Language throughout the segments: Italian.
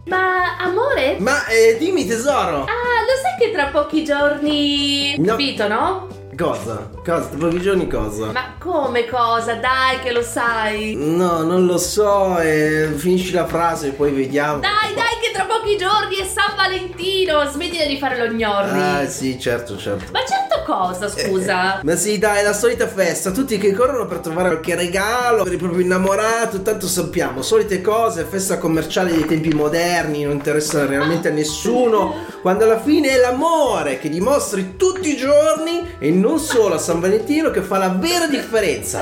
Ma amore? Ma dimmi tesoro. Ah, lo sai che tra pochi giorni... No. Capito, no? Cosa? Tra pochi giorni cosa? Ma come cosa? Dai che lo sai. No, non lo so, finisci la frase e poi vediamo. Dai che tra pochi giorni è San Valentino. Smettila di fare lo gnorri. Ah sì, certo. Ma certo cosa, scusa? Ma sì, dai, è la solita festa, tutti che corrono per trovare qualche regalo per il proprio innamorato, tanto sappiamo, solite cose, festa commerciale dei tempi moderni, non interessano realmente a nessuno, quando alla fine è l'amore che dimostri tutti i giorni e non solo a San Valentino che fa la vera differenza,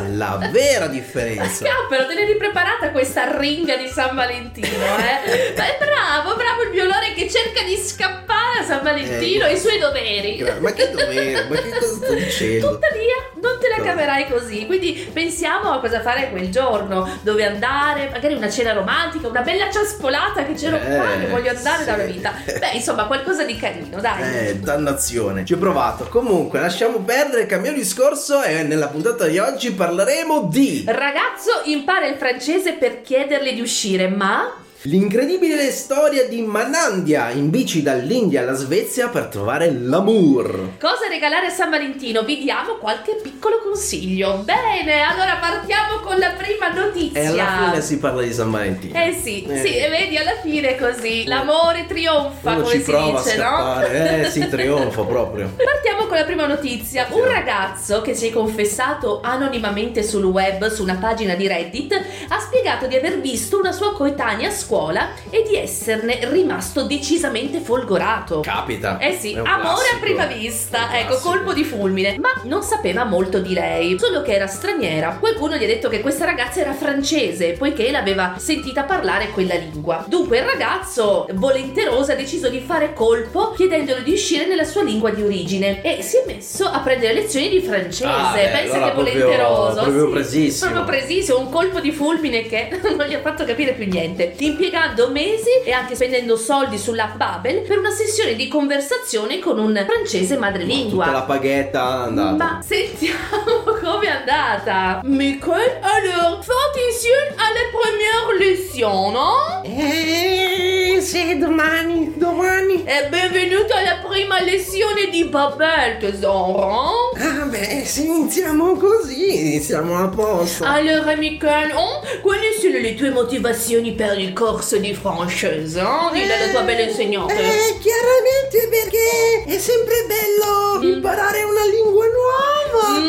Cappero, te l'hai ripreparata questa ringa di San Valentino, eh? Ma è bravo il violore che cerca di scappare a San Valentino e i suoi doveri. Ma che dovere? Ma che cosa sto dicendo? Tuttavia non te la caverai così, quindi pensiamo a cosa fare quel giorno, dove andare, magari una cena romantica, una bella ciaspolata che c'ero qua, che voglio andare da una vita. Beh, insomma, qualcosa di carino, dai. Dannazione, ci ho provato. Comunque, lasciamo perdere, cambiamo discorso e nella puntata di oggi parleremo di Ragazzo impara il francese per chiederle di uscire, ma... l'incredibile storia di Manandia in bici dall'India alla Svezia per trovare l'amour. Cosa regalare a San Valentino? Vi diamo qualche piccolo consiglio. Bene, allora partiamo con la prima notizia. E alla fine si parla di San Valentino. Sì, e vedi, alla fine è così. L'amore trionfa, uno come ci si prova dice, a no? scappare. Sì, trionfa proprio. Partiamo con la prima notizia. Un ragazzo che si è confessato anonimamente sul web, su una pagina di Reddit, ha spiegato di aver visto una sua coetanea a scuola e di esserne rimasto decisamente folgorato. Capita. Sì, È un amore classico. a prima vista, Un ecco, classico. colpo di fulmine. Ma non sapeva molto di lei, solo che era straniera. Qualcuno gli ha detto che questa ragazza era francese, poiché l'aveva sentita parlare quella lingua. Dunque il ragazzo, volenteroso, ha deciso di fare colpo chiedendole di uscire nella sua lingua di origine e si è messo a prendere lezioni di francese. Pensa allora che volenteroso. proprio Sì, presissimo. proprio presissimo, un colpo di fulmine che non gli ha fatto capire più niente. Impiegando mesi e anche spendendo soldi sull'app Babel per una sessione di conversazione con un francese madrelingua. Tutta la paghetta è andata. Ma sentiamo come è andata. Michael, alors, attention alle première leçon, no? Sì, domani. E benvenuto alla prima lezione di Babel, tesoro. Ah beh, se iniziamo così, iniziamo a posto. Allora, Michael, quali sono le tue motivazioni per il corso di francese? Dillo alla tua bella insegnante. Chiaramente perché è sempre bello imparare una lingua nuova.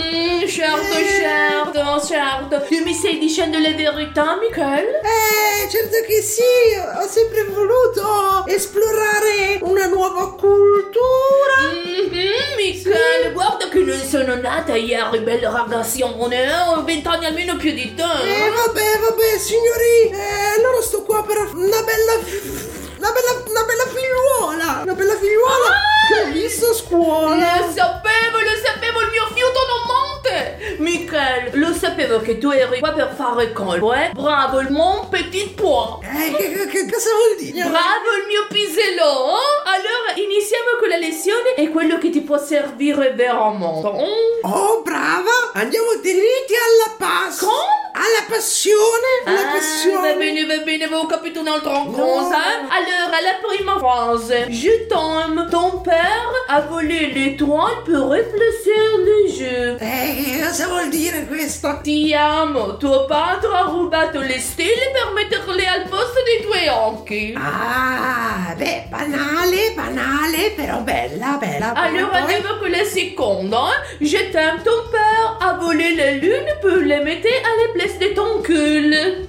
Certo. Tu mi stai dicendo la verità, Michael? Certo che sì, ho sempre voluto esplorare una nuova cultura. Michael, guarda che non sono nata ieri, bella ragazzone, ho 20 anni almeno più di te. Vabbè, signori, allora sto qua per una bella figliuola. Una bella figliuola che ho visto a scuola. Lo sapevo, il mio fiuto non monte. Michael, lo sapevo che tu eri qua per fare colpo, eh? Bravo, il mon petit pois. Che cosa vuol dire? Bravo il mio pisello. Allora, iniziamo con la lezione e quello che ti può servire veramente. Oh, brava! Andiamo dritti alla passione. Come? Alla passione. Va bene, avevo capito un'altra cosa. Allora, la prima frase. Je t'aime. Ton père a volé l'étoile per réfléchir le jeu. Cosa vuol dire questo? Ti amo. Tuo padre ha rubato le stelle per metterle al posto dei tuoi occhi. Ah, beh, banale, però bella. Allora andiamo con la seconda. Je t'aime, ton père a volé la lune pour la mettre à la place de ton cul.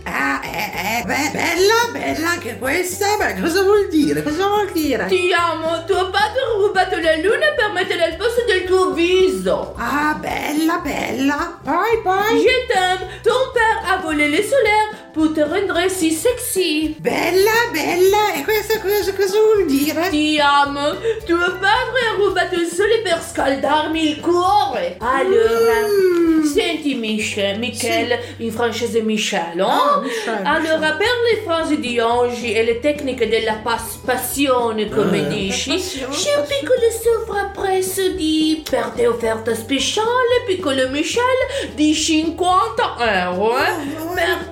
Bella anche questa. Beh, cosa vuol dire? Ti amo, tuo padre ha rubato la luna per metterla al posto del tuo viso. Ah, bella. Poi. Je t'aime, ton père a volé le solaire pour te rendre si sexy. Bella. E questa cosa vuol dire? Ti amo, tuo padre ha rubato il sole per scaldarmi il cuore. Allora, senti Michel, in francese Michel, Michel. Allora, per le frasi di oggi e le tecniche della passione, come dici, c'è un piccolo sovrapprezzo per te offerta speciale, piccolo Michel, di 50 euro, solo per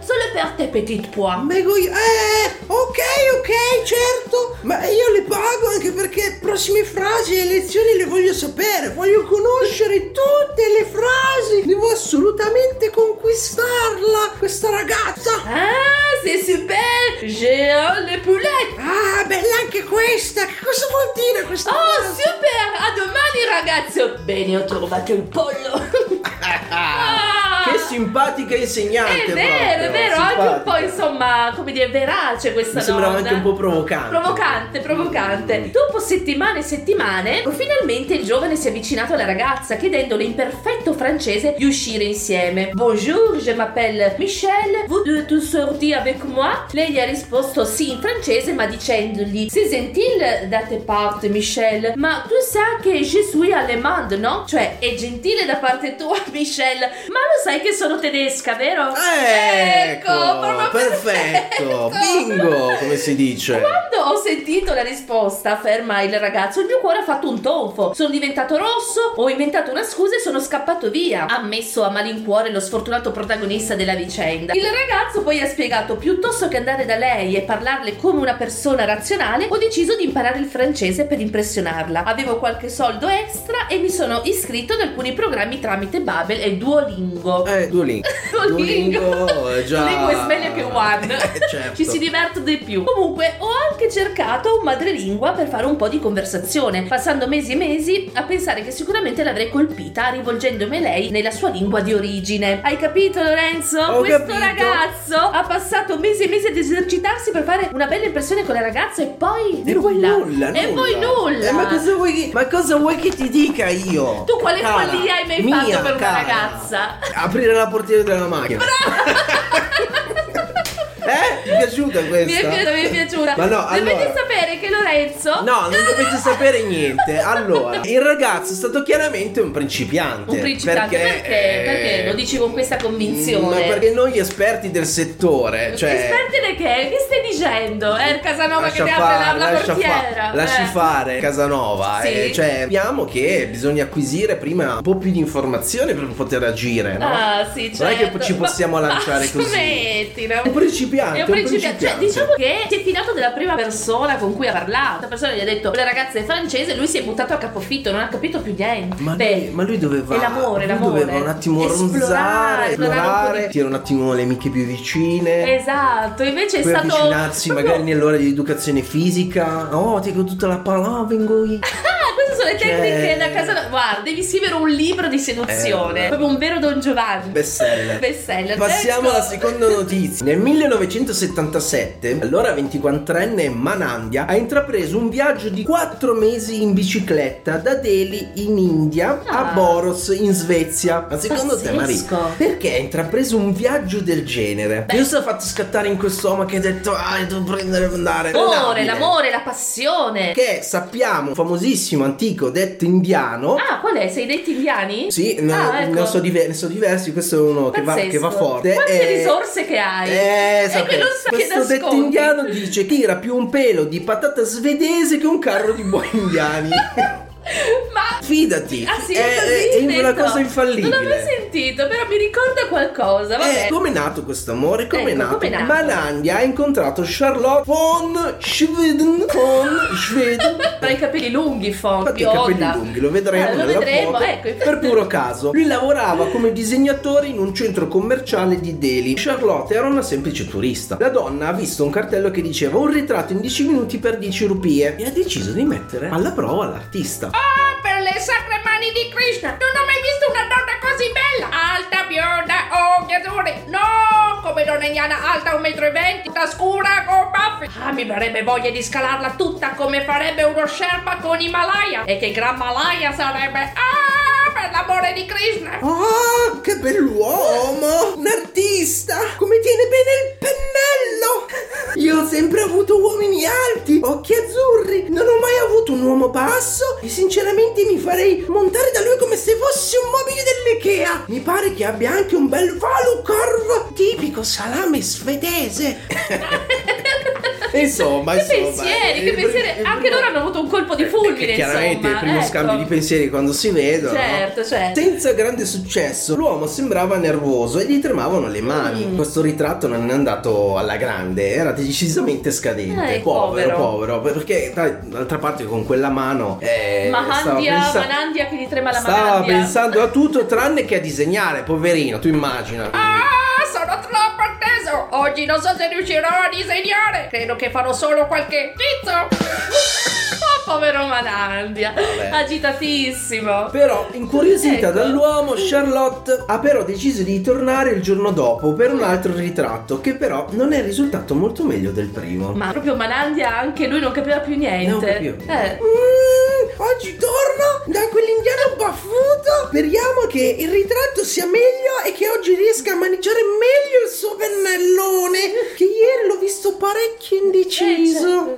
per tes petites pois. Ok, certo. Ma io le pago anche perché prossime frasi e lezioni le voglio sapere. Voglio conoscere tutte le frasi. Devo assolutamente conquistarla, questa ragazza. Ah, c'est super. J'ai le poulet. Ah, bella anche questa. Che cosa vuol dire questa frase? Super, a domani ragazzo. Bene, ho trovato il pollo. Che simpatica insegnante. È vero, anche un po', insomma, come dire, verace questa Mi sembrava donna. anche un po' provocante. Provocante. Dopo settimane e settimane, finalmente il giovane si è avvicinato alla ragazza chiedendole in perfetto francese di uscire insieme. Bonjour, je m'appelle Michel, vous deux sortir avec moi? Lei gli ha risposto sì in francese, ma dicendogli c'est gentil da te parte, Michel, ma tu sai che je suis allemande, no? Cioè, è gentile da parte tua, Michel, ma lo sai che sono tedesca, vero? Ecco, proprio perfetto. Bingo, come si dice. Quando ho sentito la risposta, afferma il ragazzo, il mio cuore ha fatto un tonfo. Sono diventato rosso, ho inventato una scusa e sono scappato via. Ha ammesso a malincuore lo sfortunato protagonista della vicenda. Il ragazzo poi ha spiegato: piuttosto che andare da lei e parlarle come una persona razionale, ho deciso di imparare il francese per impressionarla. Avevo qualche soldo extra e mi sono iscritto ad alcuni programmi tramite Babel e Duolingo. Duolingo è già... Duolingo è meglio che One. Certo. Ci si diverte di più. Comunque ho anche cercato un madrelingua per fare un po' di conversazione, passando mesi e mesi a pensare che sicuramente l'avrei colpita rivolgendomi a lei nella sua lingua di origine. Hai capito, Lorenzo? Ho Questo capito. ragazzo ha passato mesi e mesi ad esercitarsi per fare una bella impressione con la ragazza e poi nulla. Ma cosa vuoi che ti dica io? Tu quale Cara, follia hai mai mia fatto per una cara. ragazza? Aprire la portiera della macchina. Ti è piaciuta questa? Mi è piaciuta. Ma no, Dovete allora... sapere che Lorenzo... No, non dovete sapere niente. Allora, il ragazzo è stato chiaramente un principiante. Un principiante, perché? Lo dici con questa convinzione? Ma perché noi esperti del settore, cioè... Esperti di che? Che stai dicendo? È il Casanova che ti apre la portiera. Lasci fare Casanova. Sì. Cioè, sappiamo che bisogna acquisire prima un po' più di informazioni per poter agire, no? Ah, sì, certo. Non è che ci possiamo lanciare così. Smettila. È un principiante. È un principiante. Cioè, diciamo che si è fidato della prima persona con cui ha parlato. La persona gli ha detto la ragazza è francese, lui si è buttato a capofitto, non ha capito più niente. Ma lui doveva... È l'amore. Doveva un attimo esplorare, tirare un attimo le amiche più vicine. Esatto, invece poi è stato... avvicinarsi magari nell'ora di educazione fisica. Oh, ti dico tutta la palla, vengo io. Queste sono le tecniche da casa. Guarda, devi scrivere un libro di seduzione. Proprio un vero Don Giovanni. Bestseller. Passiamo alla seconda notizia. Nel 1977, allora 24enne Manandhya ha intrapreso un viaggio di 4 mesi in bicicletta da Delhi in India a Borås in Svezia. Ma secondo te, Maria, perché ha intrapreso un viaggio del genere? Che cosa ha fatto scattare in quest'uomo che ha detto devo prendere e andare? L'amore, la passione. Che sappiamo, famosissimo antico detto indiano. Ah, qual è? Sei detti indiani? Sì, ecco. ne so diversi. Questo è uno che va forte. Quante risorse che hai? Che non sa questo che detto indiano dice che tira più un pelo di patata svedese che un carro di buoni indiani. Ma fidati, sì, è una cosa infallibile. Non l'avevo sentito, però mi ricorda qualcosa. Vabbè. Come è nato questo amore? Come è nato? Com'è nato? Manandhya ha incontrato Charlotte von Schweden. Tra i capelli lunghi, Infatti i capelli lunghi, lo vedremo nella foto. Ecco. Per puro caso. Lui lavorava come disegnatore in un centro commerciale di Delhi. Charlotte era una semplice turista. La donna ha visto un cartello che diceva un ritratto in 10 minuti per 10 rupie e ha deciso di mettere alla prova l'artista. Oh, per le sacre mani di Krishna! Non ho mai visto una donna così bella! Alta, bionda, occhi azzurri! No! Come donna indiana alta 1,20 m, tutta scura con baffi! Ah, mi verrebbe voglia di scalarla tutta come farebbe uno Sherpa con Himalaya! E che gran Malaya sarebbe! Ah, per l'amore di Krishna! Oh, che bell'uomo! Un artista! Come tiene bene il pennello! Io ho sempre avuto uomini alti, occhi azzurri, non ho mai avuto un uomo basso e sinceramente mi farei montare da lui come se fosse un mobile dell'Ikea. Mi pare che abbia anche un bel Valucorv tipico salame svedese. Insomma, che pensieri, anche loro hanno avuto un colpo di fulmine, chiaramente il primo scambio di pensieri quando si vedono, certo. Senza grande successo, l'uomo sembrava nervoso e gli tremavano le mani. Questo ritratto non è andato alla grande, era decisamente scadente. Povero, perché d'altra parte con quella mano Manandia che gli trema la mano. Stava pensando a tutto tranne che a disegnare, poverino, tu immagina. Sono troppo atteso. Oggi non so se riuscirò a disegnare. Credo che farò solo qualche schizzo. Povero Manandia, agitatissimo. Però, incuriosita dall'uomo, Charlotte ha però deciso di tornare il giorno dopo per un altro ritratto, che però non è risultato molto meglio del primo. Ma proprio Manandia, anche lui non capiva più niente. Non capiva. Oggi torno da quell'indiano baffuto. Speriamo che il ritratto sia meglio e che oggi riesca a maneggiare meglio il suo pennellone, che ieri l'ho visto parecchio indeciso.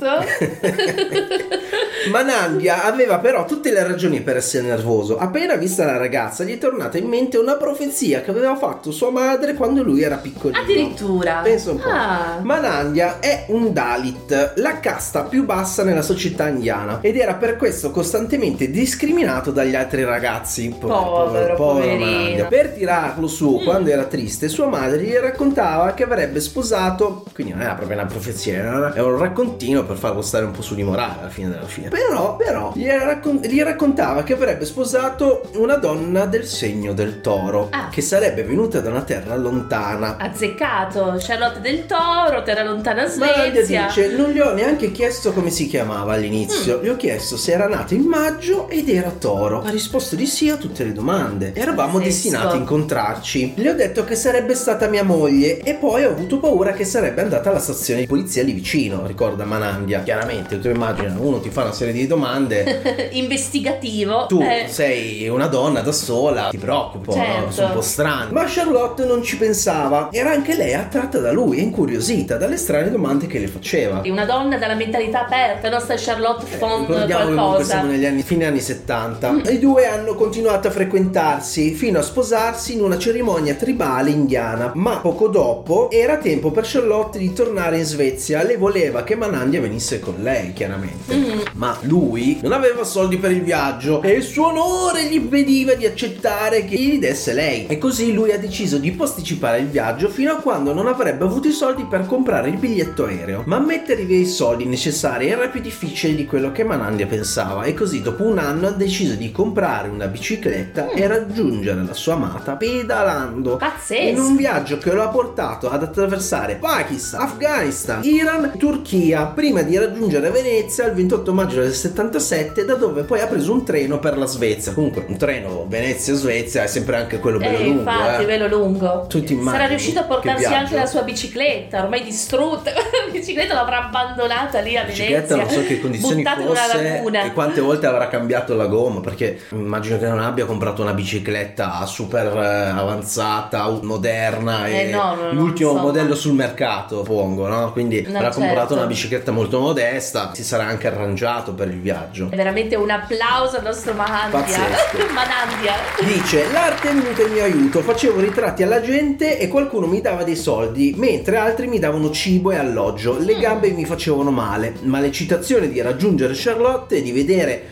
Certo. Manandia aveva però tutte le ragioni per essere nervoso. Appena vista la ragazza gli è tornata in mente una profezia che aveva fatto sua madre quando lui era piccolino. Addirittura. Pensa un po'. Manandia è un Dalit, la casta più bassa nella società indiana, ed era per questo costantemente discriminato dagli altri ragazzi. Povero Manandia. Per tirarlo su quando era triste, sua madre gli raccontava che avrebbe sposato, quindi non era proprio una profezia, era un raccontino per farlo stare un po' su di morale alla fine della fiera. Però gli raccontava che avrebbe sposato una donna del segno del toro, che sarebbe venuta da una terra lontana. Azzeccato, Charlotte del Toro, terra lontana Svezia. Manandia dice: non gli ho neanche chiesto come si chiamava all'inizio, gli ho chiesto se era nato in maggio ed era toro. Ha risposto di sì a tutte le domande. Eravamo destinati a incontrarci. Le ho detto che sarebbe stata mia moglie e poi ho avuto paura che sarebbe andata alla stazione di polizia lì vicino, ricorda Manandia. Chiaramente tu immagina, uno ti fa una serie di domande investigativo, tu sei una donna da sola, ti preoccupo, certo. No? Sono un po' strano. Ma Charlotte non ci pensava, era anche lei attratta da lui e incuriosita dalle strane domande che le faceva. Una donna dalla mentalità aperta, nostra Charlotte Font ricordiamo che siamo negli fine anni 70. I due hanno continuato a frequentarsi fino a sposarsi in una cerimonia tribale indiana, ma poco dopo era tempo per Charlotte di tornare in Svezia. Lei voleva che Manandia venisse con lei, chiaramente. Ma lui non aveva soldi per il viaggio e il suo onore gli impediva di accettare che gli desse lei, e così lui ha deciso di posticipare il viaggio fino a quando non avrebbe avuto i soldi per comprare il biglietto aereo. Ma mettere via i soldi necessari era più difficile di quello che Manandia pensava, e così dopo un anno ha deciso di comprare una bicicletta e raggiungere la sua amata pedalando. Pazzesco. In un viaggio che lo ha portato ad attraversare Pakistan, Afghanistan, Iran, Turchia, prima di raggiungere Venezia il 28 maggio del 77, da dove poi ha preso un treno per la Svezia. Comunque un treno Venezia-Svezia è sempre anche quello bello lungo. Infatti, bello lungo. Tutti immagini. Sarà riuscito a portarsi anche la sua bicicletta, ormai distrutta. La bicicletta l'avrà abbandonata lì a Venezia. La bicicletta non so che condizioni fosse e quante volte avrà cambiato la gomma, perché immagino che non abbia comprato una bicicletta super avanzata, moderna e l'ultimo modello sul mercato, suppongo, no? Quindi avrà comprato una bicicletta molto modesta, si sarà anche arrangiato per il viaggio. È veramente un applauso al nostro Manandia. Manandia dice: l'arte è venuta in mio aiuto, facevo ritratti alla gente e qualcuno mi dava dei soldi, mentre altri mi davano cibo e alloggio. Le gambe mi facevano male, ma l'eccitazione di raggiungere Charlotte e di vedere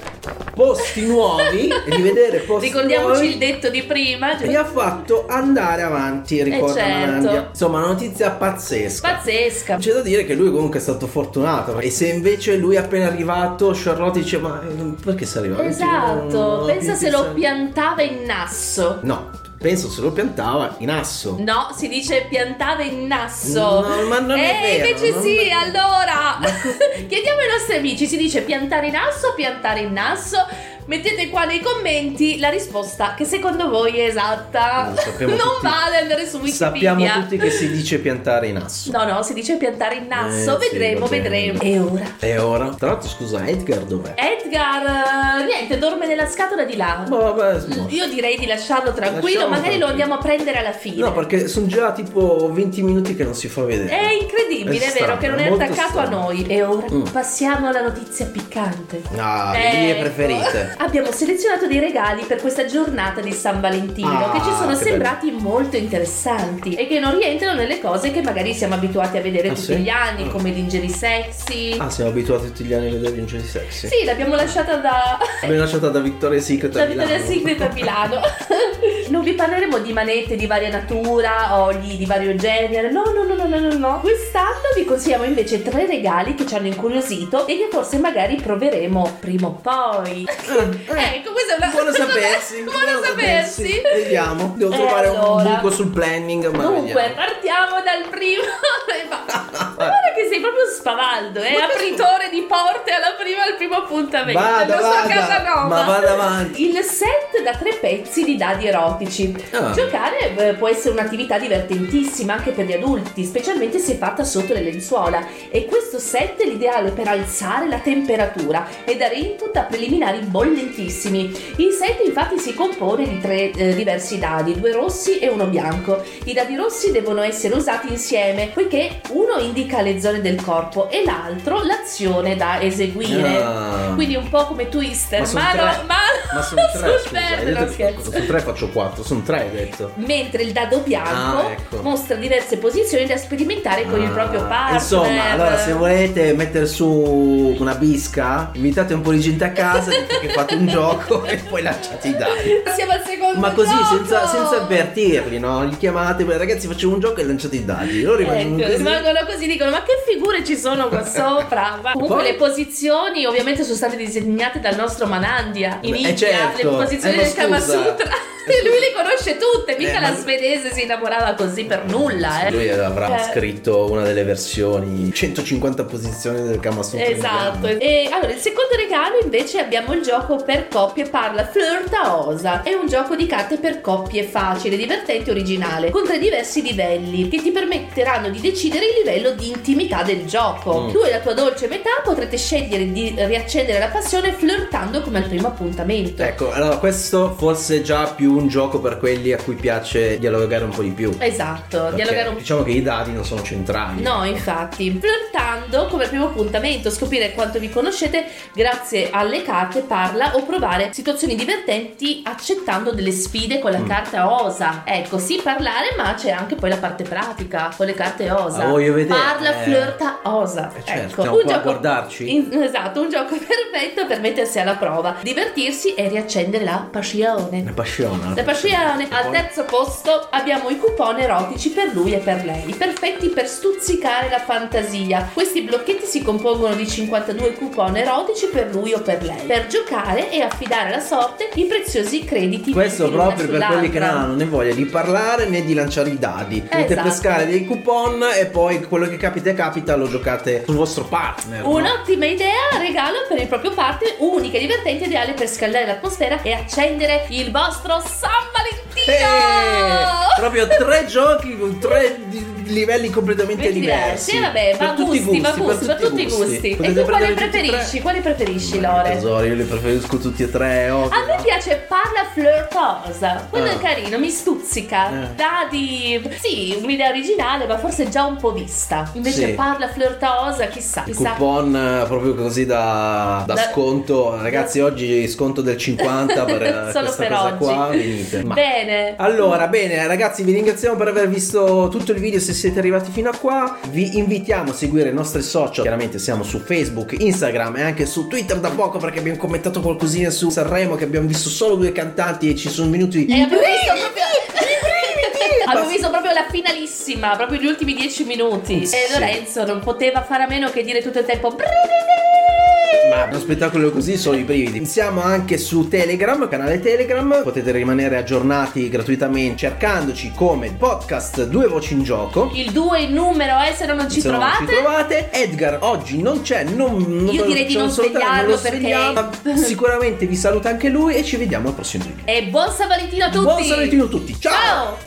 posti nuovi ricordiamoci il detto di prima, mi ha fatto andare avanti, ricorda Manandia. Insomma, una notizia pazzesca. C'è da dire che lui comunque è stato fortunato, e se invece lui è appena arrivato, Charlotte dice: ma perché sei arrivato? Esatto, pensa se lo piantava in nasso. No, penso se lo piantava in asso. No, si dice piantava in nasso. No, ma non è vero. Invece sì, allora chiediamo ai nostri amici, si dice piantare in asso o piantare in nasso? Mettete qua nei commenti la risposta che secondo voi è esatta. Non vale andare su Wikipedia. Sappiamo tutti che si dice piantare in asso. No, si dice piantare in nasso. Vedremo. E ora? Tra l'altro, scusa, Edgar dov'è? Edgar, niente, dorme nella scatola di là. Io direi di lasciarlo tranquillo, magari lo andiamo a prendere alla fine. No, perché sono già tipo 20 minuti che non si fa vedere. È incredibile, è vero, che non è attaccato a noi. E ora passiamo alla notizia piccante. Le mie preferite. abbiamo selezionato dei regali per questa giornata di San Valentino che ci sono che sembrati molto interessanti e che non rientrano nelle cose che magari siamo abituati a vedere tutti gli anni, come lingerie sexy. Siamo abituati tutti gli anni a vedere lingerie sexy. Sì, l'abbiamo lasciata da Victoria's Secret a Milano. Victoria's Secret a Milano. Non vi parleremo di manette di varia natura, oli di vario genere. No. Quest'anno vi consigliamo invece 3 regali che ci hanno incuriosito e che forse magari proveremo prima o poi. Ecco, questa è una buono sapersi. Vediamo. Devo trovare un buco sul planning. Dunque, partiamo dal primo. Guarda che sei proprio spavaldo, apritore di porte al primo appuntamento. Vada, ma vada avanti. Il set da 3 pezzi di dadi erotici. Giocare può essere un'attività divertentissima anche per gli adulti, specialmente se fatta sotto le lenzuola. E questo set è l'ideale per alzare la temperatura e dare input a preliminari bollentissimi. Il set infatti si compone di 3 diversi dadi, 2 rossi e 1 bianco. I dadi rossi devono essere usati insieme, poiché uno indica le zone del corpo e l'altro l'azione da eseguire. Quindi un po' come Twister, ma sono 3, su 3 faccio 4, sono 3 hai detto. Mentre il dado bianco mostra diverse posizioni da sperimentare con il proprio partner. Insomma, allora se volete mettere su una bisca, invitate un po' di gente a casa, dite che fate un gioco e poi lanciate i dadi. Siamo al secondo ma così gioco. senza avvertirli, no? Li chiamate, ragazzi facciamo un gioco e lanciate i dadi. Loro rimangono così, dicono ma che figure ci sono qua sopra. Ma comunque le posizioni ovviamente sono state disegnate dal nostro Manandia in India, le posizioni del Kama Sutra. E lui le conosce tutte, mica la svedese si innamorava così per nulla. Lui avrà scritto una delle versioni 150 posizioni del Kama Sutra. Esatto. E allora il secondo regalo invece abbiamo il gioco per coppie Parla Flirtaosa. È un gioco di carte per coppie facile, divertente e originale, con 3 diversi livelli che ti permetteranno di decidere il livello di intimità del gioco. Tu e la tua dolce metà potrete scegliere di riaccendere la passione flirtando come al primo appuntamento. Ecco, allora questo forse è già più un gioco per quelli a cui piace dialogare un po' di più. Esatto, dialogare un po'. Diciamo che i dadi non sono centrali. No, infatti. Flirtando come primo appuntamento, scoprire quanto vi conoscete grazie alle carte Parla o provare situazioni divertenti accettando delle sfide con la carta osa. Ecco, sì, parlare, ma c'è anche poi la parte pratica con le carte osa. Voglio vedere. Parla, flirta, osa. Certo, ecco, un gioco a guardarci. Esatto, un gioco perfetto per mettersi alla prova, divertirsi e riaccendere la passione. La passione. Al terzo posto abbiamo i coupon erotici per lui e per lei, perfetti per stuzzicare la fantasia. Questi blocchetti si compongono di 52 coupon erotici per lui o per lei, per giocare e affidare alla sorte i preziosi crediti. Questo proprio per quelli che non hanno né voglia di parlare né di lanciare i dadi. Dovete pescare dei coupon e poi quello che capita lo giocate sul vostro partner. Un'ottima idea, regalo per il proprio partner, unica e divertente, ideale per scaldare l'atmosfera e accendere il vostro San Valentino. Proprio 3 giochi con 3 livelli completamente diversi. Vabbè, per tutti i gusti. E tu quale preferisci, Lore? Tesoro, io li preferisco tutti e 3. A me piace Parla Flirtosa. Quello è carino, mi stuzzica. Dadi, sì, un'idea originale, ma forse già un po' vista. Invece Parla Flirtosa, chissà. Coupon proprio così da sconto. Ragazzi, oggi sconto del 50 per solo questa per cosa oggi. qua. Venite. Bene. Allora, bene, ragazzi, vi ringraziamo per aver visto tutto il video. Se siete arrivati fino a qua, vi invitiamo a seguire i nostri social. Chiaramente siamo su Facebook, Instagram e anche su Twitter da poco, perché abbiamo commentato qualcosina su Sanremo, che abbiamo visto solo 2 cantanti e ci sono venuti abbiamo visto proprio la finalissima, proprio gli ultimi 10 minuti. E Lorenzo non poteva fare a meno che dire tutto il tempo ma uno spettacolo così sono i brividi. Siamo anche su Telegram, canale Telegram. Potete rimanere aggiornati gratuitamente cercandoci come podcast 2 voci in gioco. Il 2 in numero, se non ci trovate. Edgar oggi non c'è. Io direi di non svegliarlo perché sicuramente vi saluta anche lui e ci vediamo al prossimo video. E buon San Valentino a tutti. Buon San Valentino a tutti. Ciao.